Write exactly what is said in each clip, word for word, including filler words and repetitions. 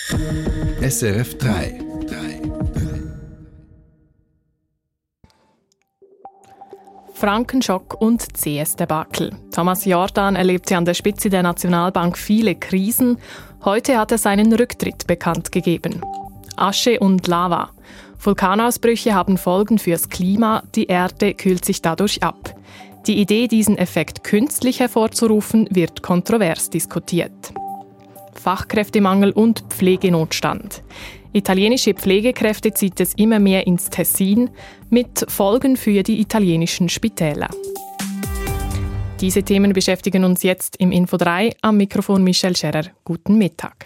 S R F drei. Frankenschock und C S-Debakel. Thomas Jordan erlebte an der Spitze der Nationalbank viele Krisen. Heute hat er seinen Rücktritt bekannt gegeben. Asche und Lava. Vulkanausbrüche haben Folgen fürs Klima, die Erde kühlt sich dadurch ab. Die Idee, diesen Effekt künstlich hervorzurufen, wird kontrovers diskutiert. Fachkräftemangel und Pflegenotstand. Italienische Pflegekräfte zieht es immer mehr ins Tessin, mit Folgen für die italienischen Spitäler. Diese Themen beschäftigen uns jetzt im Info drei. Am Mikrofon Michelle Scherer. Guten Mittag.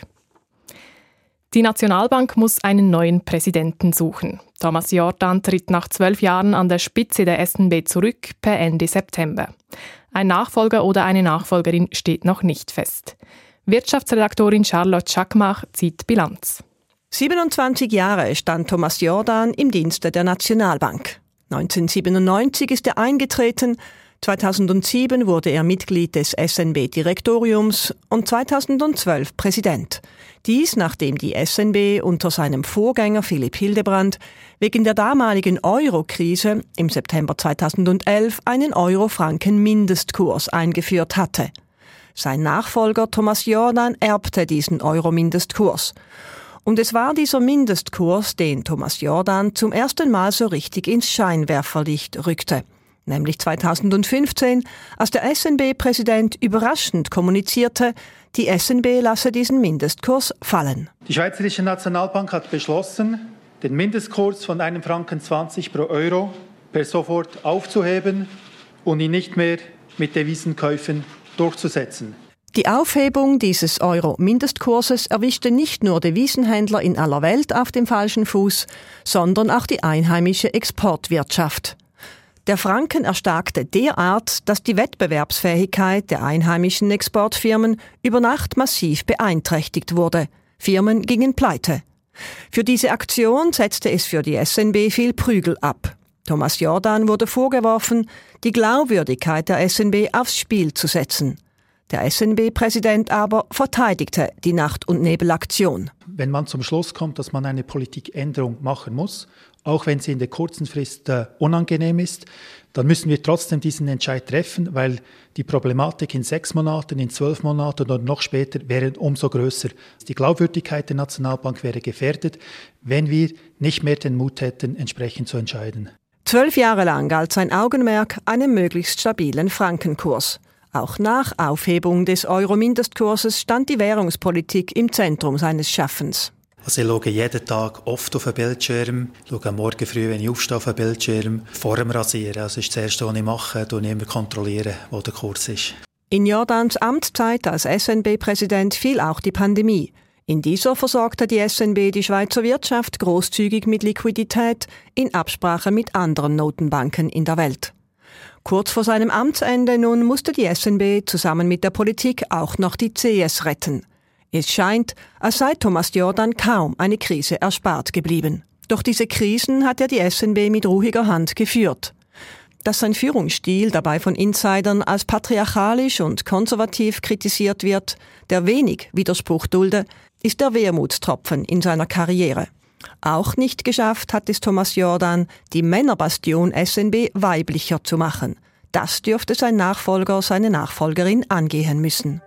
Die Nationalbank muss einen neuen Präsidenten suchen. Thomas Jordan tritt nach zwölf Jahren an der Spitze der S N B zurück per Ende September. Ein Nachfolger oder eine Nachfolgerin steht noch nicht fest. Wirtschaftsredaktorin Charlotte Schackmach zieht Bilanz. siebenundzwanzig Jahre stand Thomas Jordan im Dienste der Nationalbank. neunzehnhundertsiebenundneunzig ist er eingetreten, zweitausendsieben wurde er Mitglied des S N B-Direktoriums und zweitausendzwölf Präsident. Dies, nachdem die S N B unter seinem Vorgänger Philipp Hildebrand wegen der damaligen Euro-Krise im September zweitausendelf einen Euro-Franken-Mindestkurs eingeführt hatte. Sein Nachfolger Thomas Jordan erbte diesen Euro-Mindestkurs. Und es war dieser Mindestkurs, den Thomas Jordan zum ersten Mal so richtig ins Scheinwerferlicht rückte. Nämlich zweitausendfünfzehn, als der S N B-Präsident überraschend kommunizierte, die S N B lasse diesen Mindestkurs fallen. Die Schweizerische Nationalbank hat beschlossen, den Mindestkurs von einem Franken zwanzig pro Euro per sofort aufzuheben und ihn nicht mehr mit Devisenkäufen durchzusetzen. Die Aufhebung dieses Euro-Mindestkurses erwischte nicht nur Devisenhändler in aller Welt auf dem falschen Fuß, sondern auch die einheimische Exportwirtschaft. Der Franken erstarkte derart, dass die Wettbewerbsfähigkeit der einheimischen Exportfirmen über Nacht massiv beeinträchtigt wurde. Firmen gingen pleite. Für diese Aktion setzte es für die S N B viel Prügel ab. Thomas Jordan wurde vorgeworfen, die Glaubwürdigkeit der S N B aufs Spiel zu setzen. Der S N B-Präsident aber verteidigte die Nacht- und Nebelaktion. Wenn man zum Schluss kommt, dass man eine Politikänderung machen muss, auch wenn sie in der kurzen Frist äh, unangenehm ist, dann müssen wir trotzdem diesen Entscheid treffen, weil die Problematik in sechs Monaten, in zwölf Monaten oder noch später wäre umso größer. Die Glaubwürdigkeit der Nationalbank wäre gefährdet, wenn wir nicht mehr den Mut hätten, entsprechend zu entscheiden. Zwölf Jahre lang galt sein Augenmerk einem möglichst stabilen Frankenkurs. Auch nach Aufhebung des Euro-Mindestkurses stand die Währungspolitik im Zentrum seines Schaffens. Also ich schaue jeden Tag oft auf den Bildschirm, schaue am Morgen früh, wenn ich aufstehe, auf den Bildschirm, vor dem Rasieren. Also das ist das Erste, was ich mache, und ich immer kontrollieren, wo der Kurs ist. In Jordans Amtszeit als S N B-Präsident fiel auch die Pandemie. In dieser versorgte die S N B die Schweizer Wirtschaft großzügig mit Liquidität in Absprache mit anderen Notenbanken in der Welt. Kurz vor seinem Amtsende nun musste die S N B zusammen mit der Politik auch noch die C S retten. Es scheint, als sei Thomas Jordan kaum eine Krise erspart geblieben. Doch diese Krisen hat er die S N B mit ruhiger Hand geführt. Dass sein Führungsstil dabei von Insidern als patriarchalisch und konservativ kritisiert wird, der wenig Widerspruch dulde, ist der Wermutstropfen in seiner Karriere. Auch nicht geschafft hat es Thomas Jordan, die Männerbastion S N B weiblicher zu machen. Das dürfte sein Nachfolger, seine Nachfolgerin angehen müssen.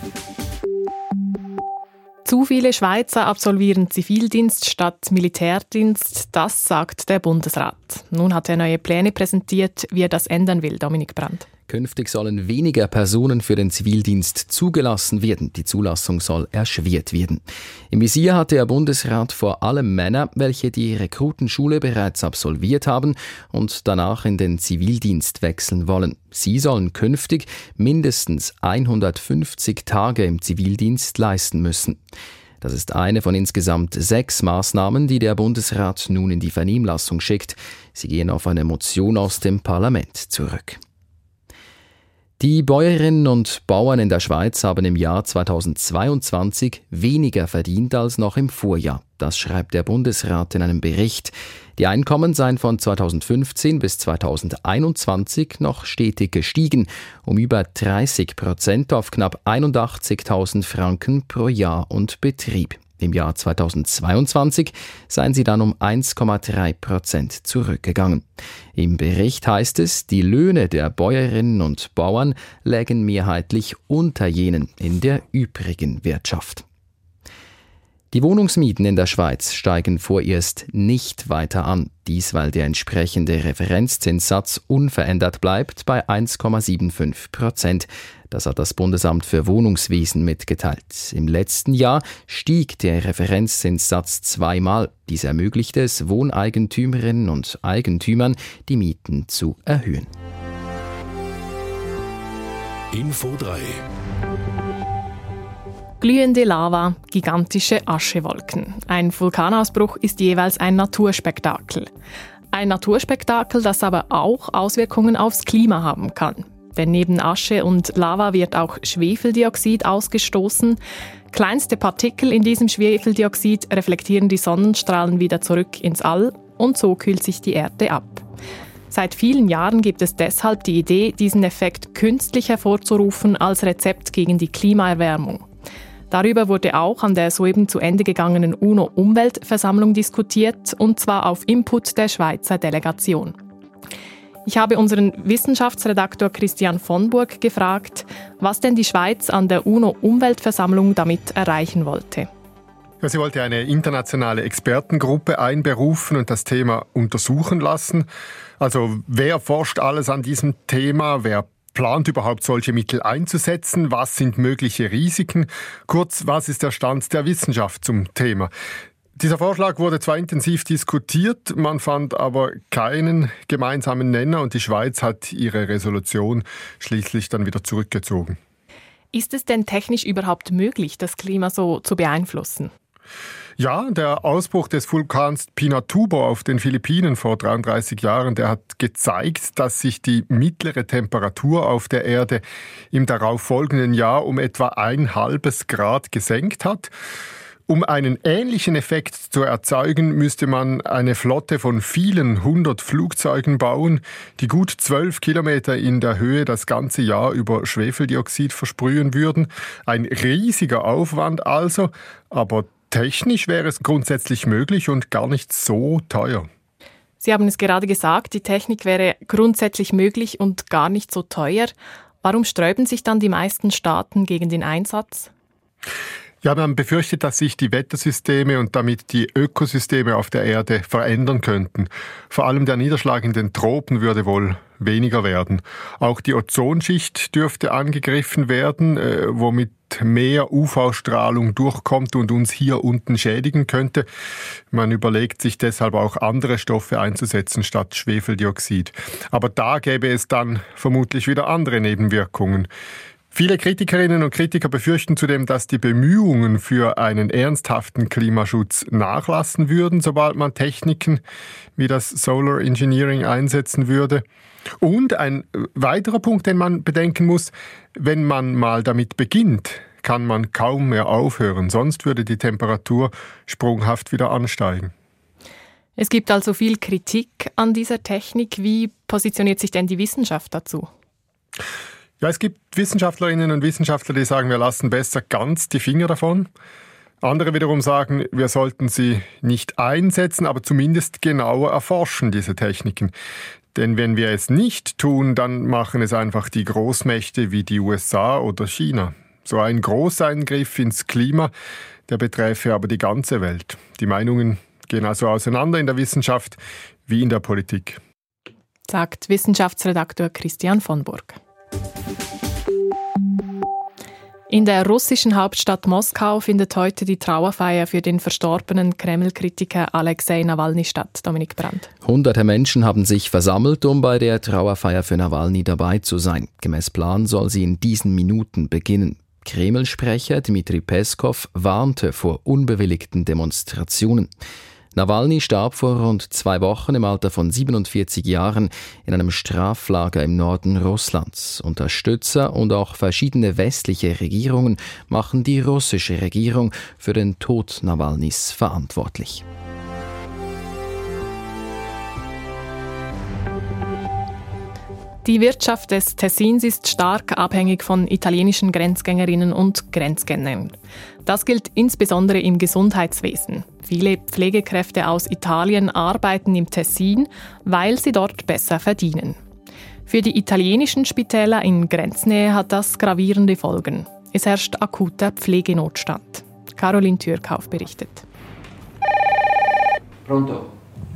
Zu viele Schweizer absolvieren Zivildienst statt Militärdienst, das sagt der Bundesrat. Nun hat er neue Pläne präsentiert, wie er das ändern will, Dominik Brandt. Künftig sollen weniger Personen für den Zivildienst zugelassen werden. Die Zulassung soll erschwert werden. Im Visier hatte der Bundesrat vor allem Männer, welche die Rekrutenschule bereits absolviert haben und danach in den Zivildienst wechseln wollen. Sie sollen künftig mindestens hundertfünfzig Tage im Zivildienst leisten müssen. Das ist eine von insgesamt sechs Maßnahmen, die der Bundesrat nun in die Vernehmlassung schickt. Sie gehen auf eine Motion aus dem Parlament zurück. Die Bäuerinnen und Bauern in der Schweiz haben im Jahr zweitausendzweiundzwanzig weniger verdient als noch im Vorjahr. Das schreibt der Bundesrat in einem Bericht. Die Einkommen seien von zweitausendfünfzehn bis zweitausendeinundzwanzig noch stetig gestiegen, um über dreißig Prozent auf knapp einundachtzigtausend Franken pro Jahr und Betrieb. Im Jahr zweitausendzweiundzwanzig seien sie dann um eins Komma drei Prozent zurückgegangen. Im Bericht heißt es, die Löhne der Bäuerinnen und Bauern lägen mehrheitlich unter jenen in der übrigen Wirtschaft. Die Wohnungsmieten in der Schweiz steigen vorerst nicht weiter an. Dies, weil der entsprechende Referenzzinssatz unverändert bleibt bei eins Komma fünfundsiebzig Prozent. Das hat das Bundesamt für Wohnungswesen mitgeteilt. Im letzten Jahr stieg der Referenzzinssatz zweimal. Dies ermöglichte es Wohneigentümerinnen und Eigentümern, die Mieten zu erhöhen. Info drei. Glühende Lava, gigantische Aschewolken. Ein Vulkanausbruch ist jeweils ein Naturspektakel. Ein Naturspektakel, das aber auch Auswirkungen aufs Klima haben kann. Denn neben Asche und Lava wird auch Schwefeldioxid ausgestoßen. Kleinste Partikel in diesem Schwefeldioxid reflektieren die Sonnenstrahlen wieder zurück ins All und so kühlt sich die Erde ab. Seit vielen Jahren gibt es deshalb die Idee, diesen Effekt künstlich hervorzurufen als Rezept gegen die Klimaerwärmung. Darüber wurde auch an der soeben zu Ende gegangenen UNO-Umweltversammlung diskutiert, und zwar auf Input der Schweizer Delegation. Ich habe unseren Wissenschaftsredaktor Christian von Burg gefragt, was denn die Schweiz an der UNO-Umweltversammlung damit erreichen wollte. Ja, sie wollte eine internationale Expertengruppe einberufen und das Thema untersuchen lassen. Also wer forscht alles an diesem Thema, wer plant überhaupt solche Mittel einzusetzen? Was sind mögliche Risiken? Kurz, was ist der Stand der Wissenschaft zum Thema? Dieser Vorschlag wurde zwar intensiv diskutiert, man fand aber keinen gemeinsamen Nenner und die Schweiz hat ihre Resolution schließlich dann wieder zurückgezogen. Ist es denn technisch überhaupt möglich, das Klima so zu beeinflussen? Ja, der Ausbruch des Vulkans Pinatubo auf den Philippinen vor dreiunddreißig Jahren, der hat gezeigt, dass sich die mittlere Temperatur auf der Erde im darauffolgenden Jahr um etwa ein halbes Grad gesenkt hat. Um einen ähnlichen Effekt zu erzeugen, müsste man eine Flotte von vielen hundert Flugzeugen bauen, die gut zwölf Kilometer in der Höhe das ganze Jahr über Schwefeldioxid versprühen würden. Ein riesiger Aufwand also, aber technisch wäre es grundsätzlich möglich und gar nicht so teuer. Sie haben es gerade gesagt, die Technik wäre grundsätzlich möglich und gar nicht so teuer. Warum sträuben sich dann die meisten Staaten gegen den Einsatz? Ja, man befürchtet, dass sich die Wettersysteme und damit die Ökosysteme auf der Erde verändern könnten. Vor allem der Niederschlag in den Tropen würde wohl weniger werden. Auch die Ozonschicht dürfte angegriffen werden, äh, womit mehr U V-Strahlung durchkommt und uns hier unten schädigen könnte. Man überlegt sich deshalb auch andere Stoffe einzusetzen statt Schwefeldioxid. Aber da gäbe es dann vermutlich wieder andere Nebenwirkungen. Viele Kritikerinnen und Kritiker befürchten zudem, dass die Bemühungen für einen ernsthaften Klimaschutz nachlassen würden, sobald man Techniken wie das Solar Engineering einsetzen würde. Und ein weiterer Punkt, den man bedenken muss, wenn man mal damit beginnt, kann man kaum mehr aufhören, sonst würde die Temperatur sprunghaft wieder ansteigen. Es gibt also viel Kritik an dieser Technik. Wie positioniert sich denn die Wissenschaft dazu? Ja, es gibt Wissenschaftlerinnen und Wissenschaftler, die sagen, wir lassen besser ganz die Finger davon. Andere wiederum sagen, wir sollten sie nicht einsetzen, aber zumindest genauer erforschen, diese Techniken. Denn wenn wir es nicht tun, dann machen es einfach die Großmächte wie die U S A oder China. So ein Großeingriff ins Klima, der beträfe aber die ganze Welt. Die Meinungen gehen also auseinander in der Wissenschaft wie in der Politik. Sagt Wissenschaftsredakteur Christian von Burg. In der russischen Hauptstadt Moskau findet heute die Trauerfeier für den verstorbenen Kreml-Kritiker Alexei Nawalny statt. Dominik Brandt. Hunderte Menschen haben sich versammelt, um bei der Trauerfeier für Nawalny dabei zu sein. Gemäß Plan soll sie in diesen Minuten beginnen. Kreml-Sprecher Dmitri Peskov warnte vor unbewilligten Demonstrationen. Nawalny starb vor rund zwei Wochen im Alter von siebenundvierzig Jahren in einem Straflager im Norden Russlands. Unterstützer und auch verschiedene westliche Regierungen machen die russische Regierung für den Tod Nawalnys verantwortlich. Die Wirtschaft des Tessins ist stark abhängig von italienischen Grenzgängerinnen und Grenzgängern. Das gilt insbesondere im Gesundheitswesen. Viele Pflegekräfte aus Italien arbeiten im Tessin, weil sie dort besser verdienen. Für die italienischen Spitäler in Grenznähe hat das gravierende Folgen. Es herrscht akuter Pflegenotstand. Caroline Türkauf berichtet. Pronto?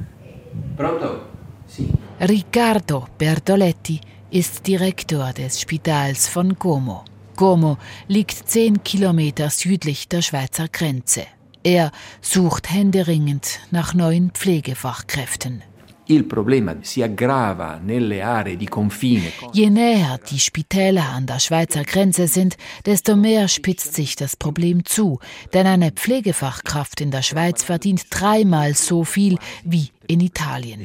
Pronto? Sì. Riccardo Bertoletti ist Direktor des Spitals von Como. Como liegt zehn Kilometer südlich der Schweizer Grenze. Er sucht händeringend nach neuen Pflegefachkräften. Il problema si aggrava nelle aree di confine. Je näher die Spitäler an der Schweizer Grenze sind, desto mehr spitzt sich das Problem zu. Denn eine Pflegefachkraft in der Schweiz verdient dreimal so viel wie in Italien.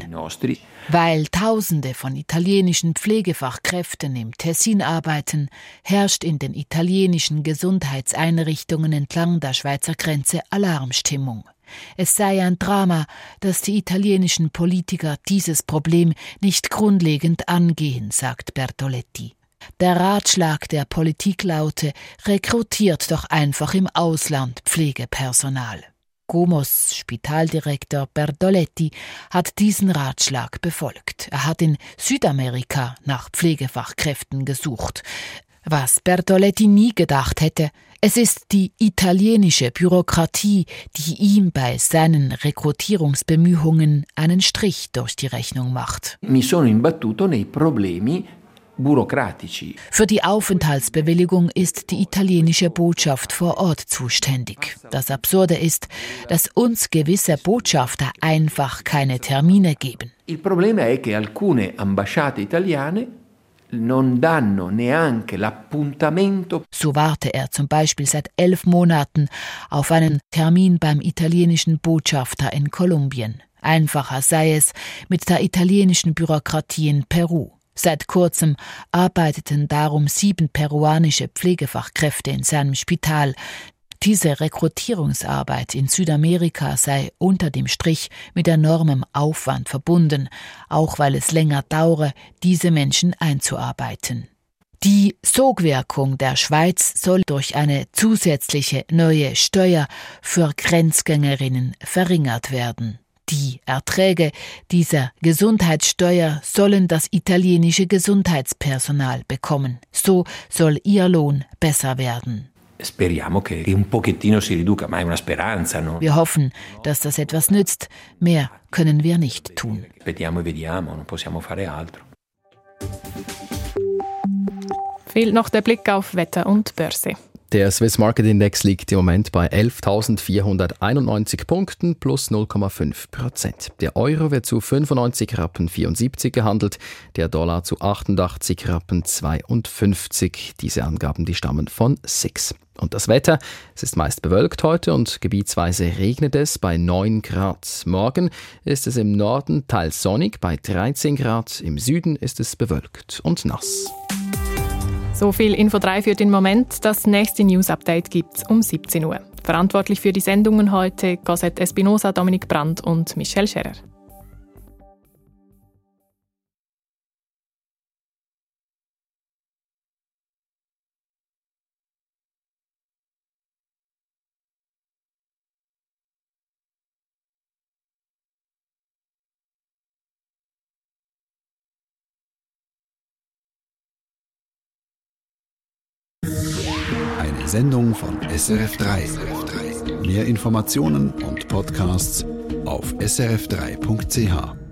Weil Tausende von italienischen Pflegefachkräften im Tessin arbeiten, herrscht in den italienischen Gesundheitseinrichtungen entlang der Schweizer Grenze Alarmstimmung. Es sei ein Drama, dass die italienischen Politiker dieses Problem nicht grundlegend angehen, sagt Bertoletti. Der Ratschlag der Politik laute, rekrutiert doch einfach im Ausland Pflegepersonal. Comos Spitaldirektor Bertoletti hat diesen Ratschlag befolgt. Er hat in Südamerika nach Pflegefachkräften gesucht. Was Bertoletti nie gedacht hätte, es ist die italienische Bürokratie, die ihm bei seinen Rekrutierungsbemühungen einen Strich durch die Rechnung macht. Mi sono imbattuto nei problemi burocratici. Für die Aufenthaltsbewilligung ist die italienische Botschaft vor Ort zuständig. Das Absurde ist, dass uns gewisse Botschafter einfach keine Termine geben. Il problema è che alcune ambasciate italiane non danno neanche l'appuntamento. So warte er zum Beispiel seit elf Monaten auf einen Termin beim italienischen Botschafter in Kolumbien. Einfacher sei es mit der italienischen Bürokratie in Peru. Seit kurzem arbeiteten darum sieben peruanische Pflegefachkräfte in seinem Spital. Diese Rekrutierungsarbeit in Südamerika sei unter dem Strich mit enormem Aufwand verbunden, auch weil es länger dauere, diese Menschen einzuarbeiten. Die Sogwirkung der Schweiz soll durch eine zusätzliche neue Steuer für Grenzgängerinnen verringert werden. Die Erträge dieser Gesundheitssteuer sollen das italienische Gesundheitspersonal bekommen. So soll ihr Lohn besser werden. Speriamo che un pochettino si riduca, ma è una speranza, no? Wir hoffen, dass das etwas nützt. Mehr können wir nicht tun. Vediamo e vediamo, non possiamo fare altro. Fehlt noch der Blick auf Wetter und Börse. Der Swiss Market Index liegt im Moment bei elftausendvierhunderteinundneunzig Punkten plus null Komma fünf Prozent. Der Euro wird zu fünfundneunzig Rappen vierundsiebzig gehandelt, der Dollar zu achtundachtzig Rappen zweiundfünfzig. Diese Angaben, die stammen von S I X. Und das Wetter, es ist meist bewölkt heute und gebietsweise regnet es bei neun Grad. Morgen ist es im Norden teils sonnig bei dreizehn Grad, im Süden ist es bewölkt und nass. So viel Info drei für den Moment. Das nächste News-Update gibt es um siebzehn Uhr. Verantwortlich für die Sendungen heute Cosette Espinosa, Dominik Brandt und Michelle Scherer. Eine Sendung von S R F drei. Mehr Informationen und Podcasts auf s r f drei punkt c h.